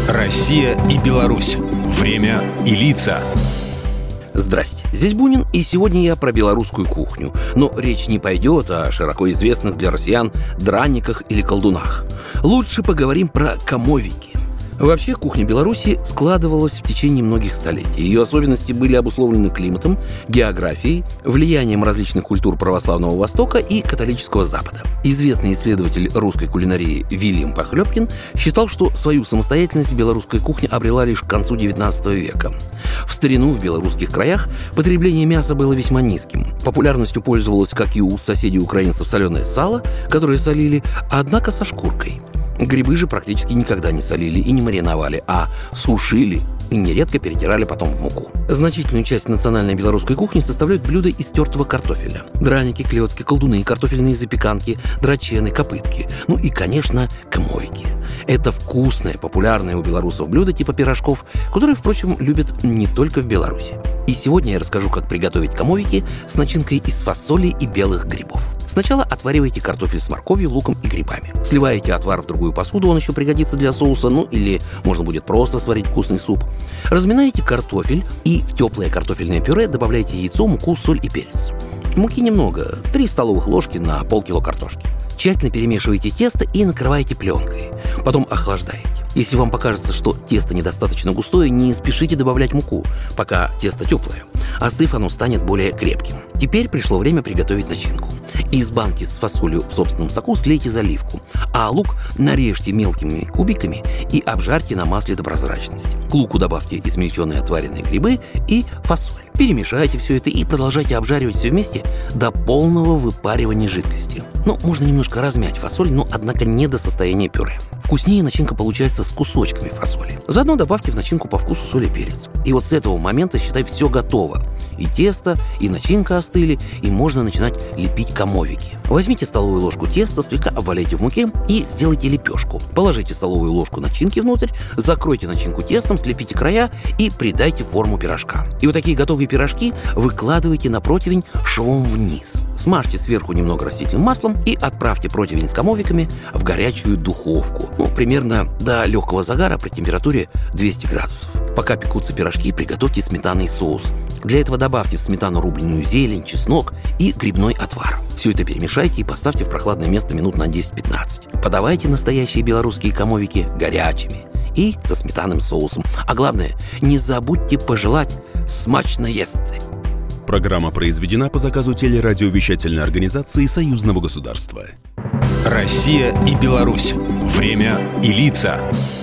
Россия и Беларусь. Время и лица. Здрасте, здесь Бунин, и сегодня я про белорусскую кухню. Но речь не пойдет о широко известных для россиян драниках или колдунах. Лучше поговорим про комовики. Вообще, кухня Беларуси складывалась в течение многих столетий. Ее особенности были обусловлены климатом, географией, влиянием различных культур православного Востока и католического Запада. Известный исследователь русской кулинарии Вильям Похлебкин считал, что свою самостоятельность белорусская кухня обрела лишь к концу XIX века. В старину в белорусских краях потребление мяса было весьма низким. Популярностью пользовалось, как и у соседей украинцев, соленое сало, которое солили, однако со шкуркой. Грибы же практически никогда не солили и не мариновали, а сушили и нередко перетирали потом в муку. Значительную часть национальной белорусской кухни составляют блюда из тертого картофеля. Драники, клёцки, колдуны, картофельные запеканки, драчены, копытки. Ну и, конечно, комовики. Это вкусное, популярное у белорусов блюдо типа пирожков, которые, впрочем, любят не только в Беларуси. И сегодня я расскажу, как приготовить комовики с начинкой из фасоли и белых грибов. Сначала отваривайте картофель с морковью, луком и грибами. Сливаете отвар в другую посуду, он еще пригодится для соуса, ну или можно будет просто сварить вкусный суп. Разминаете картофель и в теплое картофельное пюре добавляете яйцо, муку, соль и перец. Муки немного, 3 столовых ложки на полкило картошки. Тщательно перемешиваете тесто и накрываете пленкой. Потом охлаждаете. Если вам покажется, что тесто недостаточно густое, не спешите добавлять муку, пока тесто теплое. Остыв, оно станет более крепким. Теперь пришло время приготовить начинку. Из банки с фасолью в собственном соку слейте заливку, а лук нарежьте мелкими кубиками и обжарьте на масле до прозрачности. К луку добавьте измельченные отваренные грибы и фасоль. Перемешайте все это и продолжайте обжаривать все вместе до полного выпаривания жидкости. Можно немножко размять фасоль, но однако не до состояния пюре. Вкуснее начинка получается с кусочками фасоли. Заодно добавьте в начинку по вкусу соль и перец. И вот с этого момента, считай, все готово. И тесто, и начинка остыли, и можно начинать лепить комовики. Возьмите столовую ложку теста, слегка обваляйте в муке и сделайте лепешку. Положите столовую ложку начинки внутрь, закройте начинку тестом, слепите края и придайте форму пирожка. И вот такие готовые пирожки выкладывайте на противень швом вниз. Смажьте сверху немного растительным маслом и отправьте противень с комовиками в горячую духовку. Примерно до легкого загара при температуре 200 градусов. Пока пекутся пирожки, приготовьте сметанный соус. Для этого добавьте в сметану рубленую зелень, чеснок и грибной отвар. Все это перемешайте и поставьте в прохладное место минут на 10-15. Подавайте настоящие белорусские комовики горячими и со сметанным соусом. А главное, не забудьте пожелать смачно естся. Программа произведена по заказу телерадиовещательной организации Союзного государства. Россия и Беларусь. Время и лица.